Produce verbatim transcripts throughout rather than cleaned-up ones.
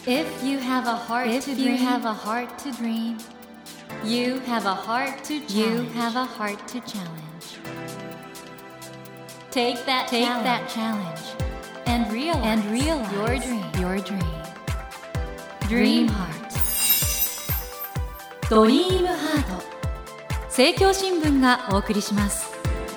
If you have a heart to dream, you have a heart to dream. You have a heart to challenge. You have a heart to challenge. Take that take challenge. that challenge and realize, and realize your dream. Your dream. Dream Heart. ドリームハート。政教新聞がお送りします。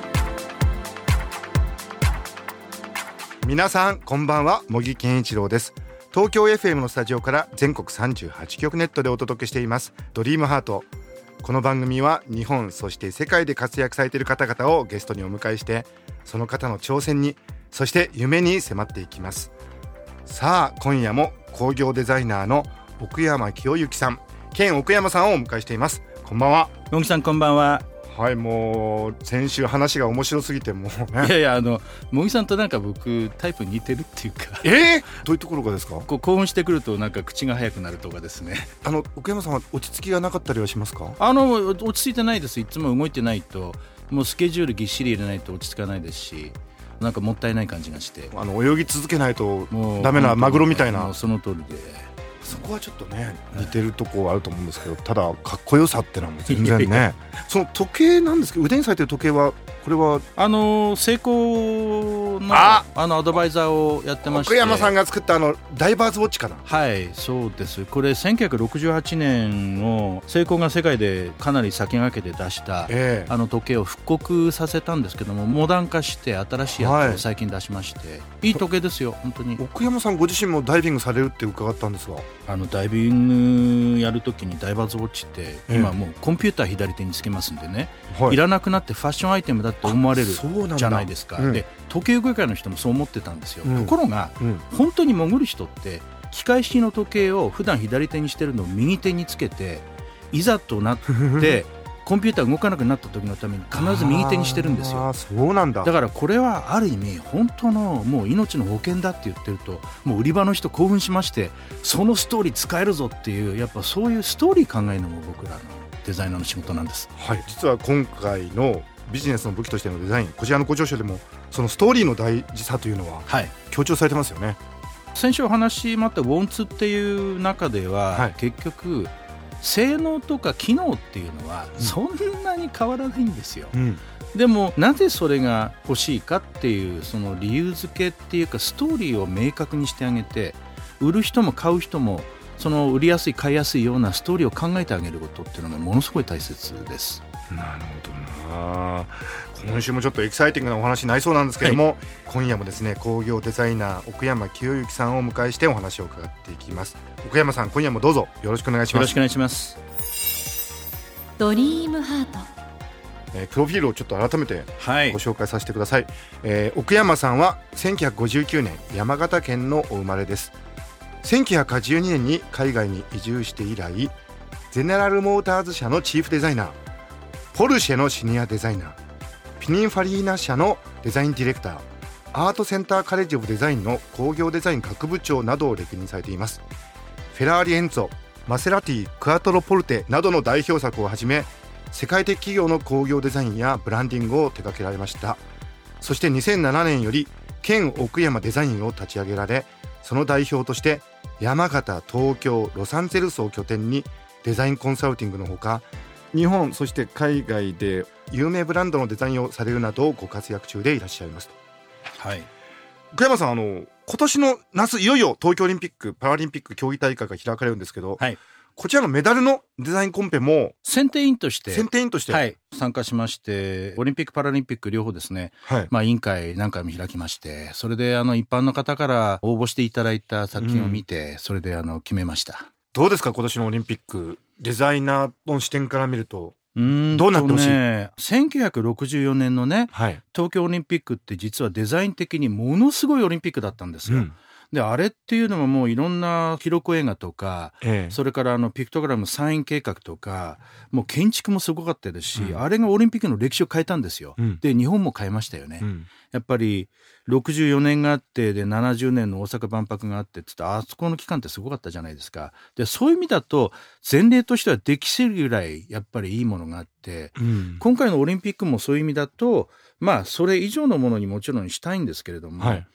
皆さんこんばんは、茂木健一郎です。東京 エフエム のスタジオから全国さんじゅうはちきょくネットでお届けしていますドリームハート。この番組は日本そして世界で活躍されている方々をゲストにお迎えして、その方の挑戦にそして夢に迫っていきます。さあ今夜も工業デザイナーの奥山清之さん、兼奥山さんをお迎えしています。こんばんは。 茂木さんこんばんは。 はい、もう先週話が面白すぎてもうね。 いやいや、あの茂木さんとなんか僕タイプ似てるっていうか。 えー、どういうところがですか？ こう興奮してくるとなんか口が早くなるとかですね。 あの奥山さんは落ち着きがなかったりはしますか？ あの落ち着いてないです。いつも動いてないと、もうスケジュールぎっしり入れないと落ち着かないですし、なんかもったいない感じがして、 あの泳ぎ続けないとダメなマグロみたいな。 もうその通りで、 そこはちょっとね似てるとこはあると思うんですけど、ただかっこよさってのはもう全然ね。いやいやその時計なんですけど、腕にされてる時計はこれはあのセイコーのああのアドバイザーをやってまして、 奥山さんが作ったあのダイバーズウォッチかな。 はいそうです。これせんきゅうひゃくろくじゅうはちねんのセイコーが世界でかなり先駆けて出した、えー、あの時計を復刻させたんですけども、モダン化して新しいやつを最近出しまして、はい、いい時計ですよ本当に。 奥山さんご自身もダイビングされるって伺ったんですが、 あのダイビングやるときにダイバーズウォッチって今もうコンピューター左手につけますんでね、はい、いらなくなってファッションアイテムだって思われるじゃないですか、うん、で時計業界の人もそう思ってたんですよ、うん、ところが、うん、本当に潜る人って機械式の時計を普段左手にしてるのを右手につけて、いざとなってコンピューター動かなくなった時のために必ず右手にしてるんですよ。 あ、そうなんだ。 だからこれはある意味本当のもう命の保険だって言ってると、もう売り場の人興奮しまして、そのストーリー使えるぞっていう、やっぱそういうストーリー考えるのも僕らのデザイナーの仕事なんです。 はい、実は今回のビジネスの武器としてのデザイン、こちらのご著書でもそのストーリーの大事さというのは強調されてますよね、はい、 先週お話もあったウォンツっていう中では、はい、結局性能とか機能っていうのはそんなに変わらないんですよ、うん、でもなぜそれが欲しいかっていうその理由付けっていうかストーリーを明確にしてあげて、売る人も買う人もその売りやすい買いやすいようなストーリーを考えてあげることっていうのがものすごい大切です。 なるほどな。今週もちょっとエキサイティングなお話になりそうなんですけども、はい、今夜もですね工業デザイナー奥山清之さんをお迎えしてお話を伺っていきます。奥山さん、今夜もどうぞよろしくお願いします。 よろしくお願いします。 ドリームハート、 えー、プロフィールをちょっと改めてご紹介させてください、はい。えー、奥山さんはせんきゅうひゃくごじゅうきゅうねん山形県のお生まれです。せんきゅうひゃくはちじゅうにねんに海外に移住して以来、ゼネラルモーターズ社のチーフデザイナー、ポルシェのシニアデザイナー、ピニンファリーナ社のデザインディレクター、アートセンターカレッジオブデザインの工業デザイン学部長などを歴任されています。フェラーリエンツォ、マセラティ、クアトロポルテなどの代表作をはじめ、世界的企業の工業デザインやブランディングを手掛けられました。そしてにせんななねんより兼奥山デザインを立ち上げられ、その代表として山形、東京、ロサンゼルスを拠点にデザインコンサルティングのほか、日本そして海外で有名ブランドのデザインをされるなどご活躍中でいらっしゃいますと。 はい、 奥山さん、あの今年の夏いよいよ東京オリンピック・パラリンピック競技大会が開かれるんですけど、はい、こちらのメダルのデザインコンペも選定員として選定員として、 はい、参加しまして、オリンピック・パラリンピック両方ですね、はい、まあ、委員会何回も開きまして、それであの一般の方から応募していただいた作品を見て、うん、それであの決めました。 どうですか今年のオリンピック、デザイナーの視点から見るとうーんどうなってほしい？ ね、せんきゅうひゃくろくじゅうよねんのね、はい、東京オリンピックって実はデザイン的にものすごいオリンピックだったんですよ、うん、であれっていうのももういろんな記録映画とか、ええ、それからあのピクトグラムサイン計画とか、もう建築もすごかったですし、うん、あれがオリンピックの歴史を変えたんですよ、うん、で日本も変えましたよね、うん、やっぱりろくじゅうよねんがあって、でななじゅうねんの大阪万博があってって言って、あそこの期間ってすごかったじゃないですか。でそういう意味だと前例としてはできするぐらいやっぱりいいものがあって、うん、今回のオリンピックもそういう意味だと、まあそれ以上のものにもちろんしたいんですけれども、はい、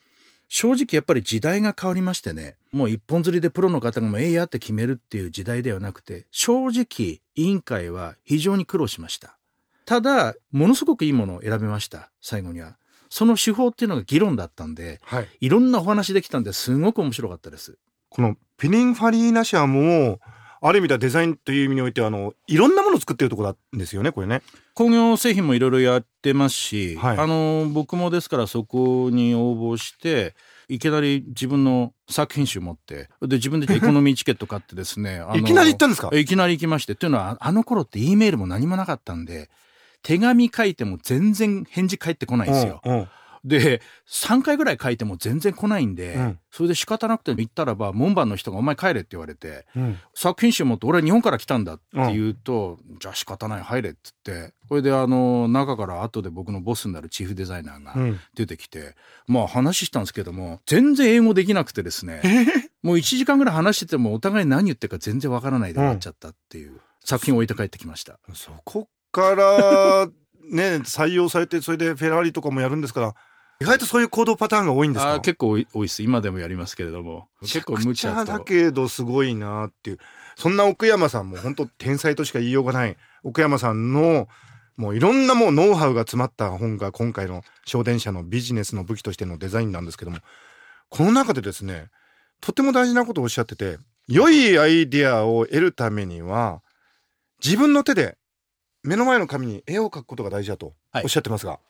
正直やっぱり時代が変わりましてね、もう一本釣りでプロの方がもうええやって決めるっていう時代ではなくて、正直委員会は非常に苦労しました。ただものすごくいいものを選びました。最後にはその手法っていうのが議論だったんで、はい、いろんなお話できたんですごく面白かったです。 このピニンファリーナ社もある意味ではデザインという意味においてはあのいろんなものを作っているところなんですよね、これね。 工業製品もいろいろやってますし、はい、あの僕もですからそこに応募していきなり自分の作品集持ってで自分でエコノミーチケット買ってですねあのいきなり行ったんですか？ いきなり行きまして。というのはあの頃って E メールも何もなかったんで手紙書いても全然返事返ってこないんですよ。うんうん、でさんかいぐらい書いても全然来ないんで、うん、それで仕方なくて行ったらば門番の人がお前帰れって言われて、うん、作品集持って俺は日本から来たんだって言うと、うん、じゃあ仕方ない入れっつってこれであの中から後で僕のボスになるチーフデザイナーが出てきて、うん、まあ話したんですけども全然英語できなくてですねもういちじかんぐらい話しててもお互い何言ってるか全然わからないで終わっちゃったっていう、うん、作品を置いて帰ってきました。 そこからね採用されてそれでフェラーリとかもやるんですから意外とそういう行動パターンが多いんですか？ あ結構多いです。今でもやりますけれども結構無茶とだけどすごいなっていう。そんな奥山さんも本当天才としか言いようがない奥山さんのもういろんなもうノウハウが詰まった本が今回の小電車のビジネスの武器としてのデザインなんですけども、この中でですねとても大事なことをおっしゃってて、良いアイディアを得るためには自分の手で目の前の紙に絵を描くことが大事だとおっしゃってますが、はい、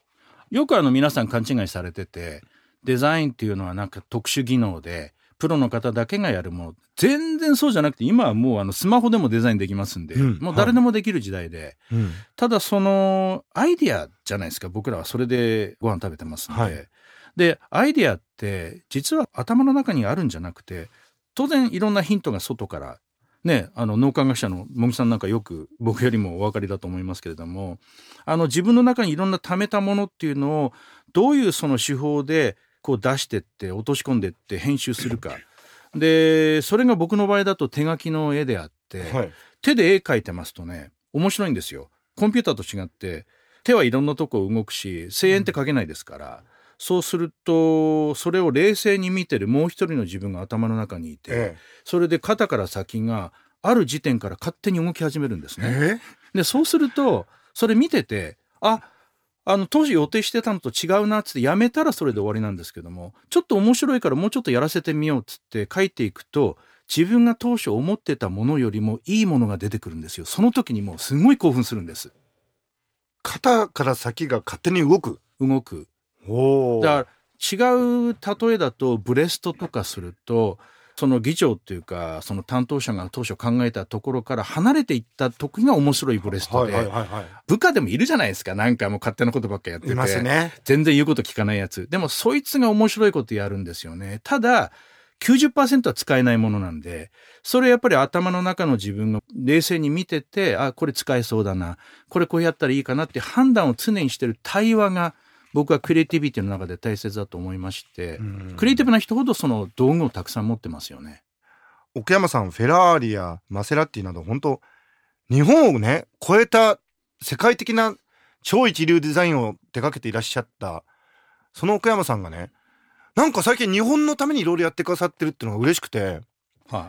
よくあの皆さん勘違いされててデザインっていうのはなんか特殊技能でプロの方だけがやるもの、全然そうじゃなくて今はもうあのスマホでもデザインできますんで、うん、もう誰でもできる時代で、はい、ただそのアイディアじゃないですか。僕らはそれでご飯食べてますんで、はい、でアイディアって実は頭の中にあるんじゃなくて当然いろんなヒントが外からね、あの脳科学者の茂木さんなんかよく僕よりもお分かりだと思いますけれども、あの自分の中にいろんな溜めたものっていうのをどういうその手法でこう出してって落とし込んでって編集するかで、それが僕の場合だと手書きの絵であって、はい、手で絵描いてますとね面白いんですよ。コンピューターと違って手はいろんなとこ動くし声援って書けないですから、うん、そうするとそれを冷静に見てるもう一人の自分が頭の中にいて、ええ、それで肩から先がある時点から勝手に動き始めるんですね。でそうするとそれ見ててああの当時予定してたのと違うなっつってやめたらそれで終わりなんですけども、ちょっと面白いからもうちょっとやらせてみようっつって書いていくと自分が当初思ってたものよりもいいものが出てくるんですよ。その時にもうすごい興奮するんです。 肩から先が勝手に動く動くだから違う例えだとブレストとかするとその議長っていうかその担当者が当初考えたところから離れていった時が面白いブレストで、はいはいはいはい、部下でもいるじゃないですか。なんかもう勝手なことばっかやってていますね。全然言うこと聞かないやつでもそいつが面白いことやるんですよね。ただ きゅうじゅっパーセント は使えないものなんでそれやっぱり頭の中の自分が冷静に見ててあこれ使えそうだなこれこうやったらいいかなって判断を常にしてる対話が僕はクリエイティビティの中で大切だと思いまして、クリエイティブな人ほどその道具をたくさん持ってますよね。 奥山さんフェラーリやマセラティなど本当日本をね超えた世界的な超一流デザインを手掛けていらっしゃったその奥山さんがねなんか最近日本のためにいろいろやってくださってるっていうのが嬉しくて、はい、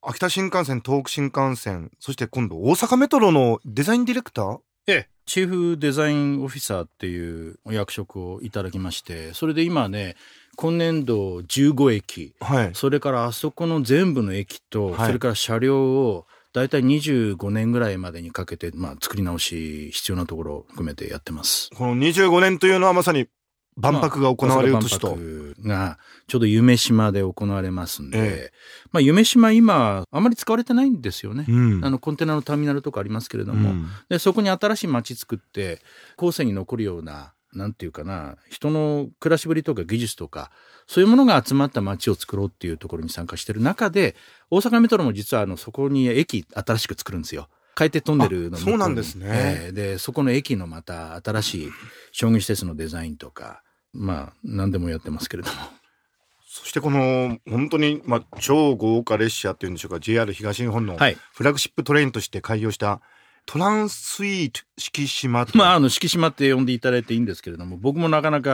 秋田新幹線東北新幹線そして今度大阪メトロのデザインディレクターええチーフデザインオフィサーっていう役職をいただきましてそれで今ね今年度じゅうごえき、はい、それからあそこの全部の駅と、はい、それから車両をだいたいにじゅうごねんぐらいまでにかけて、まあ、作り直し必要なところを含めてやってます。 このにじゅうごねんというのはまさに万博が行われる年と、まあ、 万博がちょうど夢島で行われますんで、ええまあ、夢島今あまり使われてないんですよね、うん、あのコンテナのターミナルとかありますけれども、うん、でそこに新しい街作って後世に残るようななんていうかな人の暮らしぶりとか技術とかそういうものが集まった街を作ろうっていうところに参加している中で大阪メトロも実はあのそこに駅新しく作るんですよ。海底トンネルのそうなんですね、 えー、でそこの駅のまた新しい商業施設のデザインとかまあ何でもやってますけれどもそしてこの本当に、まあ、超豪華列車っていうんでしょうか ジェイアール 東日本のフラッグシップトレインとして開業したトランスイート四季島まああの四季島って呼んでいただいていいんですけれども僕もなかなか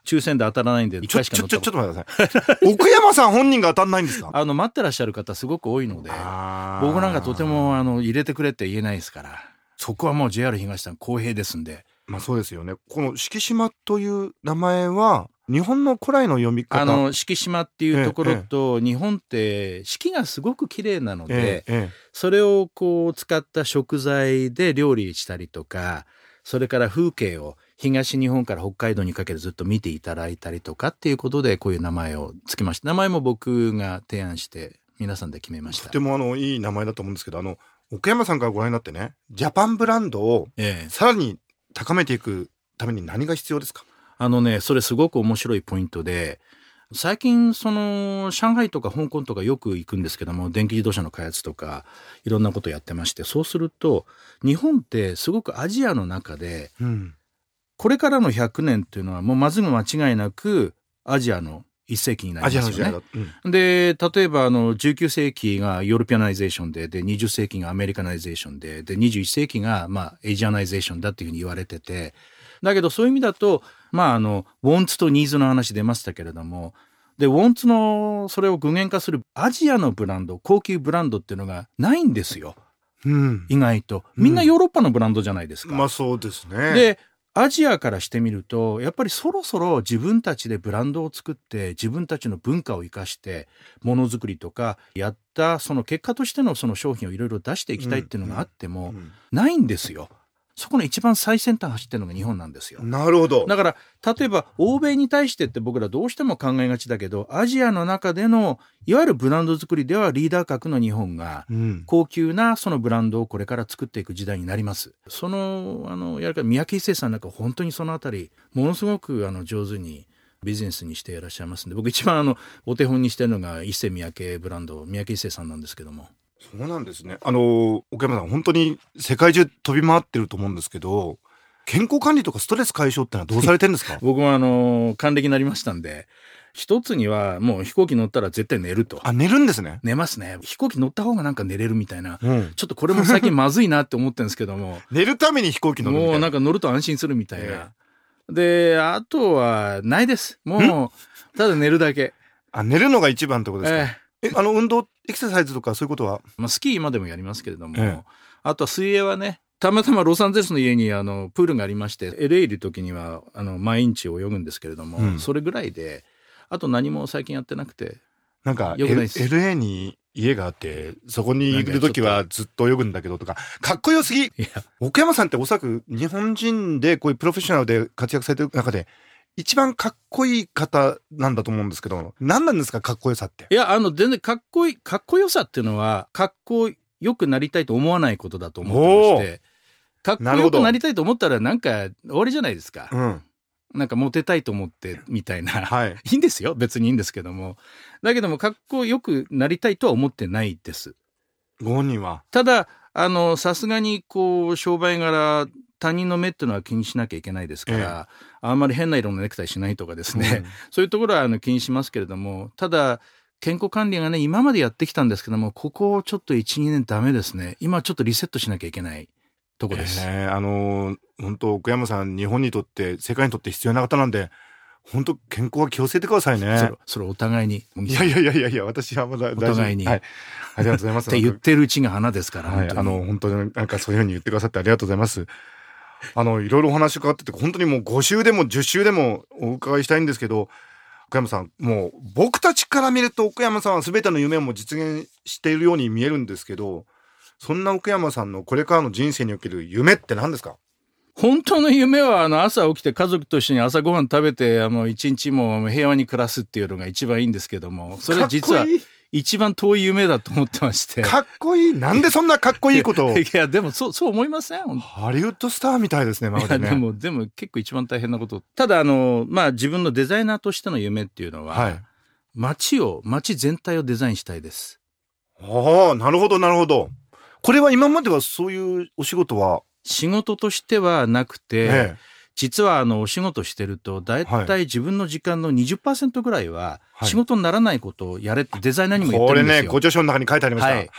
抽選で当たらないんでいっかいしか乗ったことちょちょちょっと待ってください奥山さん本人が当たんないんですか？ あの待ってらっしゃる方すごく多いので、僕なんかとてもあの入れてくれって言えないですから、そこはもう ジェイアール 東さん公平ですんで。 まあそうですよね。この敷島という名前は日本の古来の読み方、 あの敷島っていうところと、ええ、日本って四季がすごく綺麗なので、ええ、それをこう使った食材で料理したりとか、それから風景を東日本から北海道にかけてずっと見ていただいたりとかっていうことで、こういう名前をつけました。名前も僕が提案して皆さんで決めました。 とてもあのいい名前だと思うんですけど、あの奥山さんからご覧になってね、ジャパンブランドをさらに高めていくために何が必要ですか？ あのね、それすごく面白いポイントで、最近その上海とか香港とかよく行くんですけども、電気自動車の開発とかいろんなことやってまして、そうすると日本ってすごくアジアの中で、うん、これからのひゃくねんっていうのはもうまず間違いなくアジアの一世紀になりますよね。うん、で例えばあのじゅうきゅうせいきがヨーロピアナイゼーションで、でにじゅっせいきがアメリカナイゼーションで、でにじゅういっせいきがまあエイジアナイゼーションだっていうふうに言われてて、だけどそういう意味だと、まああのウォンツとニーズの話出ましたけれども、でウォンツのそれを具現化するアジアのブランド、高級ブランドっていうのがないんですよ。うん、意外とみんなヨーロッパのブランドじゃないですか。 うん、まあそうですね。 でアジアからしてみると、やっぱりそろそろ自分たちでブランドを作って、自分たちの文化を生かしてものづくりとかやった、その結果としてのその商品をいろいろ出していきたいっていうのがあってもないんですよ。そこの一番最先端走ってるのが日本なんですよ。 なるほど。 だから例えば欧米に対してって僕らどうしても考えがちだけど、アジアの中でのいわゆるブランド作りではリーダー格の日本が高級なそのブランドをこれから作っていく時代になります。そのあのやるか三宅一生さんなんか本当にそのあたりものすごくあの上手にビジネスにしていらっしゃいますんで、僕一番あのお手本にしてるのが一世三宅ブランド、三宅一生さんなんですけども。 そうなんですね。あの奥山さん本当に世界中飛び回ってると思うんですけど、健康管理とかストレス解消ってのはどうされてるんですか？ 僕もあの還暦になりましたんで、一つにはもう飛行機乗ったら絶対寝ると。 あ、寝るんですね。 寝ますね。飛行機乗った方がなんか寝れるみたいな、うん、ちょっとこれも最近まずいなって思ってるんですけども寝るために飛行機乗るみたいな、 もうなんか乗ると安心するみたいな、えー、であとはないです。もうただ寝るだけ。 あ、寝るのが一番ってことですか？えーえあの運動エクササイズとかそういうことは、 まあ、スキー今でもやりますけれども、ええ、あとは水泳はね、たまたまロサンゼルスの家にあのプールがありまして、 エルエー いる時にはあの毎日泳ぐんですけれども、うん、それぐらいであと何も最近やってなくて。 なんか L- エルエー に家があってそこにいる時はずっと泳ぐんだけどとか、かっこよすぎ。いや奥山さんっておそらく日本人でこういうプロフェッショナルで活躍されてる中で一番かっこいい方なんだと思うんですけど、何なんですかかっこよさって。 いやあの全然かっこいい、かっこよさっていうのはかっこよくなりたいと思わないことだと思ってまして、かっこよくなりたいと思ったらなんか終わりじゃないですか、うん、なんかモテたいと思ってみたいな、はい、いいんですよ、別にいいんですけども、だけどもかっこよくなりたいとは思ってないです。 ご本人は。 ただあのさすがにこう商売柄他人の目っていうのは気にしなきゃいけないですから、ええ、あんまり変な色のネクタイしないとかですね、うん、そういうところはあの気にしますけれども、ただ健康管理がね今までやってきたんですけども、ここちょっと いちにねんダメですね。今ちょっとリセットしなきゃいけないとこです、 えー、あの本当奥山さん日本にとって世界にとって必要な方なんで、本当健康は気をつけてくださいね。 それ、それお互いに。 いやいやいやいやいや、私はまだ大丈夫。 お互いに、 はい、ありがとうございますって言ってるうちが花ですから、 はい、あの本当になんかそういうふうに言ってくださってありがとうございます。あのいろいろお話伺ってて本当にもうご週でもじゅっ週でもお伺いしたいんですけど、奥山さんもう僕たちから見ると奥山さんは全ての夢も実現しているように見えるんですけど、そんな奥山さんのこれからの人生における夢って何ですか？ 本当の夢はあの朝起きて家族と一緒に朝ごはん食べてあの一日も平和に暮らすっていうのが一番いいんですけども、それ実は一番遠い夢だと思ってまして。 かっこいい。なんでそんなかっこいいことを。 いやでもそうそう思いません？ ハリウッドスターみたいですね。まだね。いやでもでも結構一番大変なこと。ただあのまあ自分のデザイナーとしての夢っていうのは、はい、街を街全体をデザインしたいです。 ああ、なるほどなるほど。これは今まではそういうお仕事は仕事としてはなくて、ええ、実はあのお仕事してるとだいたい自分の時間の にじゅっパーセント ぐらいは仕事にならないことをやれってデザイナーにも言ってるんですよ。 これねご著書の中に書いてありました、はいはい、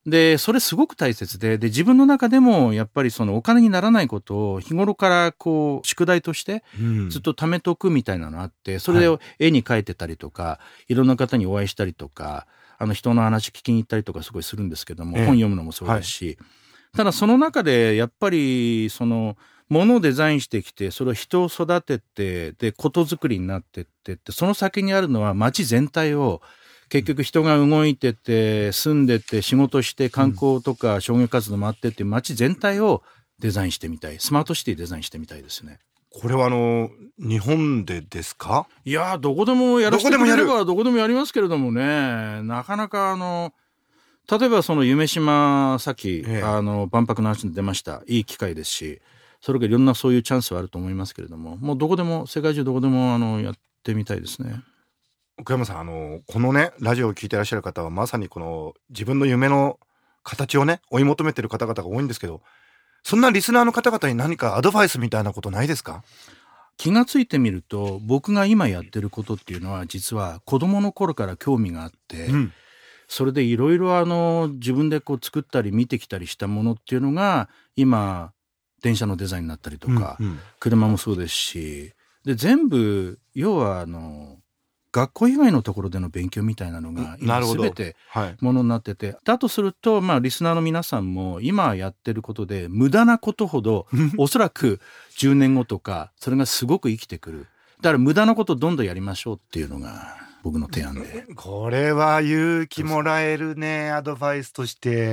でそれすごく大切で、で自分の中でもやっぱりそのお金にならないことを日頃からこう宿題としてずっと貯めとくみたいなのあって、それを絵に描いてたりとか、はい、いろんな方にお会いしたりとか、あの人の話聞きに行ったりとかすごいするんですけども、ええ、本読むのもそうですし、はい、ただその中でやっぱりそのものをデザインしてきて、それを人を育てて、でことづくりになってってって、その先にあるのは街全体を結局人が動いてて住んでて仕事して観光とか商業活動もあってっていう街全体をデザインしてみたい、スマートシティデザインしてみたいですね。 これはあの日本でですか？ いやどこでもやらせてくれればどこでもやりますけれどもね、なかなかあの例えばその夢島さっき、ええ、あの万博の話に出ました。いい機会ですし、それからいろんなそういうチャンスはあると思いますけれども、もうどこでも世界中どこでもあのやってみたいですね。 奥山さん、あのこのねラジオを聞いていらっしゃる方はまさにこの自分の夢の形をね追い求めている方々が多いんですけど、そんなリスナーの方々に何かアドバイスみたいなことないですか？ 気がついてみると僕が今やってることっていうのは実は子供の頃から興味があって、うん、それでいろいろあの自分でこう作ったり見てきたりしたものっていうのが今電車のデザインになったりとか、うんうん、車もそうですし、で全部要はあの学校以外のところでの勉強みたいなのが今全てものになってて、はい、だとすると、まあ、リスナーの皆さんも今やってることで無駄なことほどおそらくじゅうねんごとかそれがすごく生きてくる。だから無駄なことをどんどんやりましょうっていうのが僕の提案で。 これは勇気もらえるね、アドバイスとして。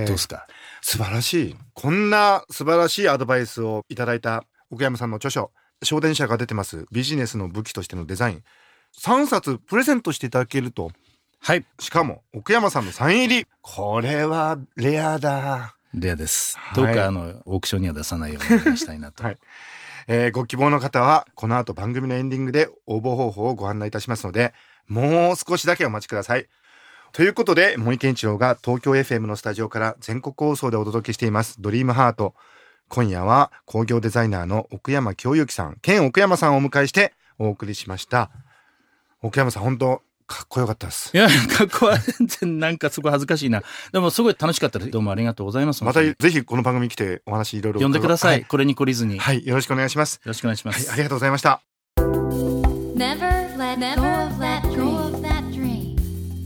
どうですか？ 素晴らしい。こんな素晴らしいアドバイスをいただいた奥山さんの著書、小電車が出てますビジネスの武器としてのデザイン、さんさつプレゼントしていただけると。 はい。 しかも奥山さんのサイン入り。これはレアだ。 レアです。はい、どうかあのオークションには出さないようにお願いしたいなと。はい。 えー、ご希望の方はこの後番組のエンディングで応募方法をご案内いたしますので、もう少しだけお待ちください。ということで、森健一郎が東京 エフエム のスタジオから全国放送でお届けしていますドリームハート。今夜は工業デザイナーの奥山清之さん、兼奥山さんをお迎えしてお送りしました。奥山さん、本当かっこよかったです。 いや、かっこは全然なんかすごい恥ずかしいな。でもすごい楽しかったです。どうもありがとうございます。 またぜひこの番組来てお話いろいろ呼んでください、はい、これに懲りずに。 はい、よろしくお願いします。 よろしくお願いします、 はい、ありがとうございました。 Never let go of that dream.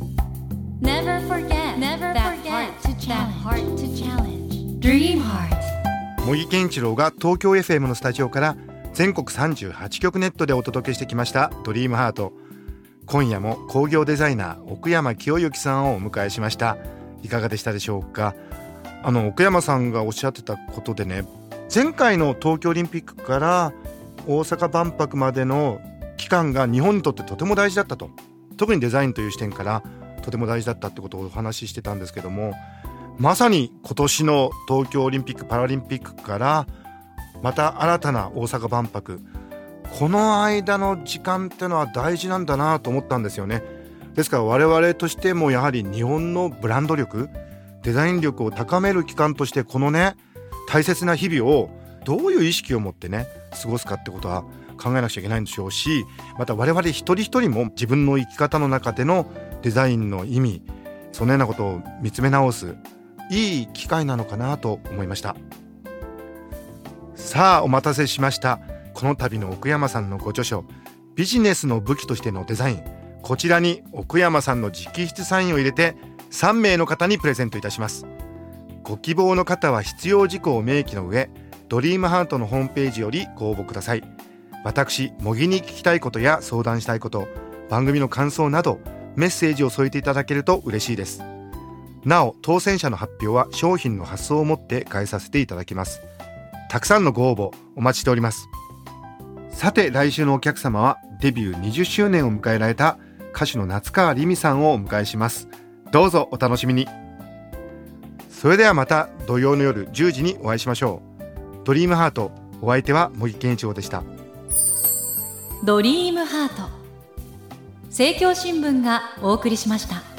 Never forget that heart to challenge. Dream Heart。 茂木健一郎が東京 エフエム のスタジオから全国さんじゅうはちきょくネットでお届けしてきましたドリームハート。今夜も工業デザイナー奥山清之さんをお迎えしました。いかがでしたでしょうか？あの奥山さんがおっしゃってたことでね、前回の東京オリンピックから大阪万博までの期間が日本にとってとても大事だったと、特にデザインという視点からとても大事だったってことをお話ししてたんですけども、まさに今年の東京オリンピック・パラリンピックからまた新たな大阪万博、この間の時間ってのは大事なんだなと思ったんですよね。ですから我々としてもやはり日本のブランド力、デザイン力を高める期間としてこのね大切な日々をどういう意識を持ってね過ごすかってことは考えなくちゃいけないんでしょうし、また我々一人一人も自分の生き方の中でのデザインの意味、そのようなことを見つめ直すいい機会なのかなと思いました。さあお待たせしました。この度の奥山さんのご著書ビジネスの武器としてのデザイン、こちらに奥山さんの直筆サインを入れてさんめいの方にプレゼントいたします。ご希望の方は必要事項を明記の上、ドリームハートのホームページよりご応募ください。私茂木に聞きたいことや相談したいこと、番組の感想などメッセージを添えていただけると嬉しいです。なお当選者の発表は商品の発送をもって返させていただきます。たくさんのご応募お待ちしております。さて来週のお客様はデビューにじゅっしゅうねんを迎えられた歌手の夏川りみさんをお迎えします。どうぞお楽しみに。それではまた土曜の夜じゅうじにお会いしましょう。ドリームハート、お相手は茂木健一郎でした。 ドリームハート、政教新聞がお送りしました。